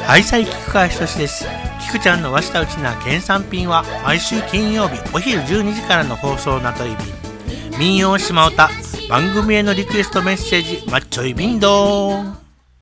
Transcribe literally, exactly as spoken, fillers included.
愛妻菊川仁です。菊ちゃんのわしたうちな県産品は毎週金曜日お昼じゅうにじからの放送なといびん。民謡島唄番組へのリクエストメッセージマッチョイビンドー。